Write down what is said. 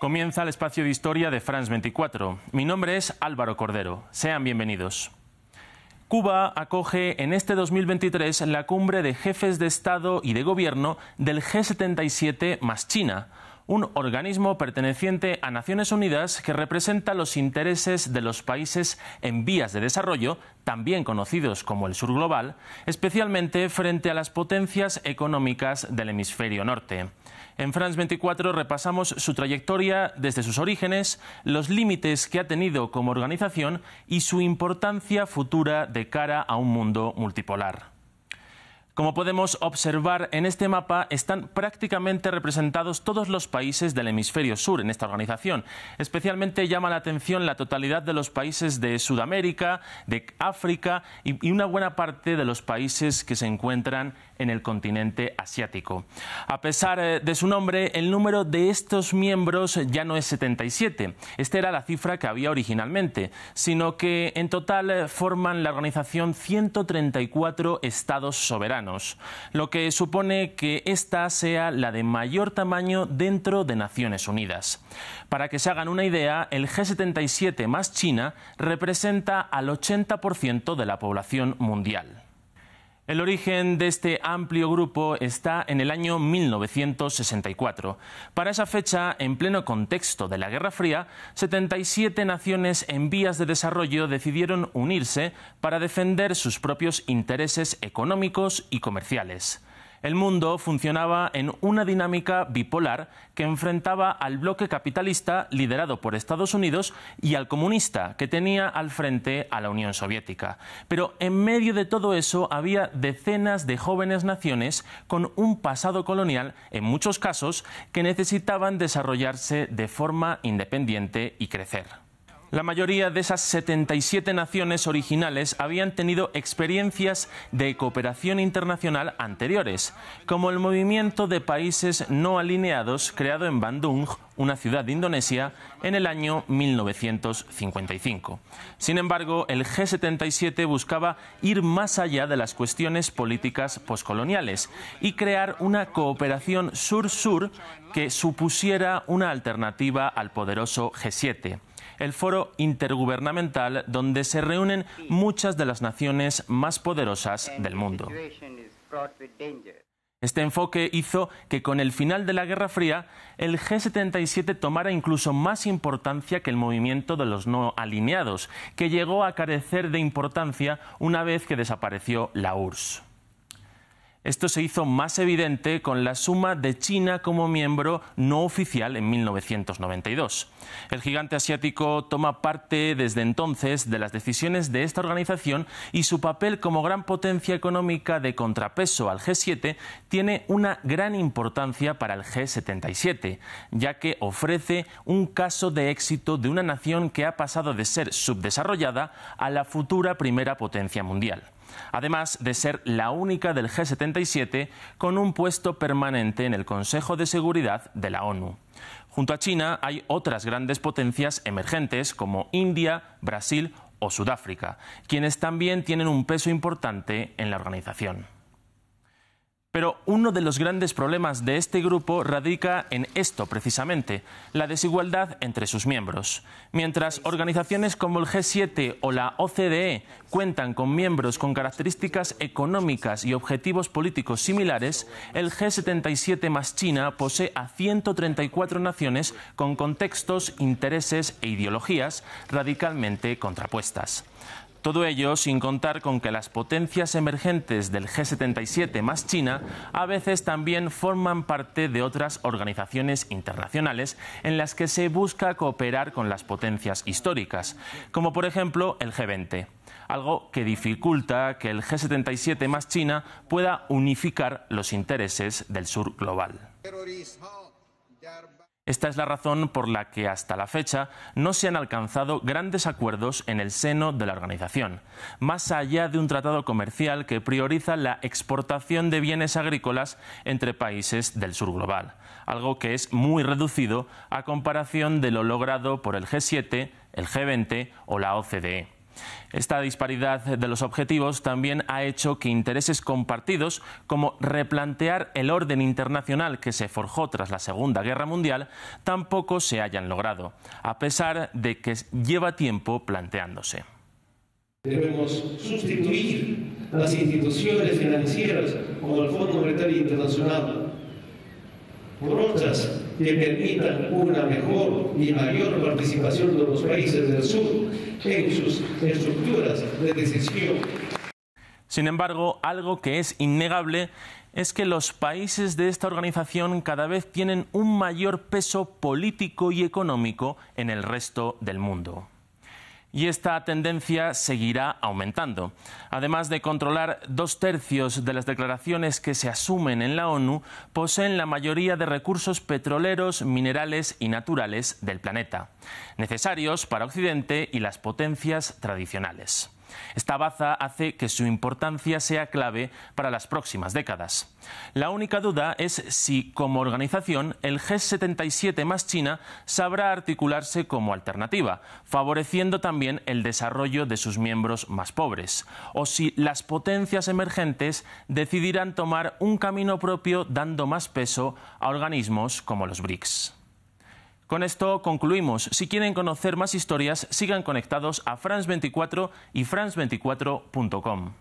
Comienza el espacio de historia de France 24. Mi nombre es Álvaro Cordero. Sean bienvenidos. Cuba acoge en este 2023 la cumbre de jefes de Estado y de Gobierno del G77 más China, un organismo perteneciente a Naciones Unidas que representa los intereses de los países en vías de desarrollo, también conocidos como el Sur Global, especialmente frente a las potencias económicas del hemisferio norte. En France 24 repasamos su trayectoria desde sus orígenes, los límites que ha tenido como organización y su importancia futura de cara a un mundo multipolar. Como podemos observar en este mapa, están prácticamente representados todos los países del hemisferio sur en esta organización. Especialmente llama la atención la totalidad de los países de Sudamérica, de África y una buena parte de los países que se encuentran en el continente asiático. A pesar de su nombre, el número de estos miembros ya no es 77. Esta era la cifra que había originalmente, sino que en total forman la organización 134 estados soberanos, lo que supone que esta sea la de mayor tamaño dentro de Naciones Unidas. Para que se hagan una idea, el G77 más China representa al 80% de la población mundial. El origen de este amplio grupo está en el año 1964. Para esa fecha, en pleno contexto de la Guerra Fría, 77 naciones en vías de desarrollo decidieron unirse para defender sus propios intereses económicos y comerciales. El mundo funcionaba en una dinámica bipolar que enfrentaba al bloque capitalista liderado por Estados Unidos y al comunista, que tenía al frente a la Unión Soviética. Pero en medio de todo eso había decenas de jóvenes naciones con un pasado colonial, en muchos casos, que necesitaban desarrollarse de forma independiente y crecer. La mayoría de esas 77 naciones originales habían tenido experiencias de cooperación internacional anteriores, como el movimiento de países no alineados creado en Bandung, una ciudad de Indonesia, en el año 1955. Sin embargo, el G77 buscaba ir más allá de las cuestiones políticas poscoloniales y crear una cooperación sur-sur que supusiera una alternativa al poderoso G7. El foro intergubernamental donde se reúnen muchas de las naciones más poderosas del mundo. Este enfoque hizo que con el final de la Guerra Fría el G77 tomara incluso más importancia que el movimiento de los no alineados, que llegó a carecer de importancia una vez que desapareció la URSS. Esto se hizo más evidente con la suma de China como miembro no oficial en 1992. El gigante asiático toma parte desde entonces de las decisiones de esta organización y su papel como gran potencia económica de contrapeso al G7 tiene una gran importancia para el G77, ya que ofrece un caso de éxito de una nación que ha pasado de ser subdesarrollada a la futura primera potencia mundial. Además de ser la única del G77 con un puesto permanente en el Consejo de Seguridad de la ONU. Junto a China hay otras grandes potencias emergentes como India, Brasil o Sudáfrica, quienes también tienen un peso importante en la organización. Pero uno de los grandes problemas de este grupo radica en esto precisamente, la desigualdad entre sus miembros. Mientras organizaciones como el G7 o la OCDE cuentan con miembros con características económicas y objetivos políticos similares, el G77 más China posee a 134 naciones con contextos, intereses e ideologías radicalmente contrapuestas. Todo ello sin contar con que las potencias emergentes del G77 más China a veces también forman parte de otras organizaciones internacionales en las que se busca cooperar con las potencias históricas, como por ejemplo el G20, algo que dificulta que el G77 más China pueda unificar los intereses del sur global. Esta es la razón por la que hasta la fecha no se han alcanzado grandes acuerdos en el seno de la organización, más allá de un tratado comercial que prioriza la exportación de bienes agrícolas entre países del sur global, algo que es muy reducido a comparación de lo logrado por el G7, el G20 o la OCDE. Esta disparidad de los objetivos también ha hecho que intereses compartidos, como replantear el orden internacional que se forjó tras la Segunda Guerra Mundial, tampoco se hayan logrado, a pesar de que lleva tiempo planteándose. Debemos sustituir las instituciones financieras como el Fondo Monetario Internacional por otras que permitan una mejor y mayor participación de los países del sur en sus estructuras de decisión. Sin embargo, algo que es innegable es que los países de esta organización cada vez tienen un mayor peso político y económico en el resto del mundo. Y esta tendencia seguirá aumentando. Además de controlar 2/3 de las declaraciones que se asumen en la ONU, poseen la mayoría de recursos petroleros, minerales y naturales del planeta, necesarios para Occidente y las potencias tradicionales. Esta baza hace que su importancia sea clave para las próximas décadas. La única duda es si, como organización, el G77 más China sabrá articularse como alternativa, favoreciendo también el desarrollo de sus miembros más pobres, o si las potencias emergentes decidirán tomar un camino propio dando más peso a organismos como los BRICS. Con esto concluimos. Si quieren conocer más historias, sigan conectados a France 24 y France24.com.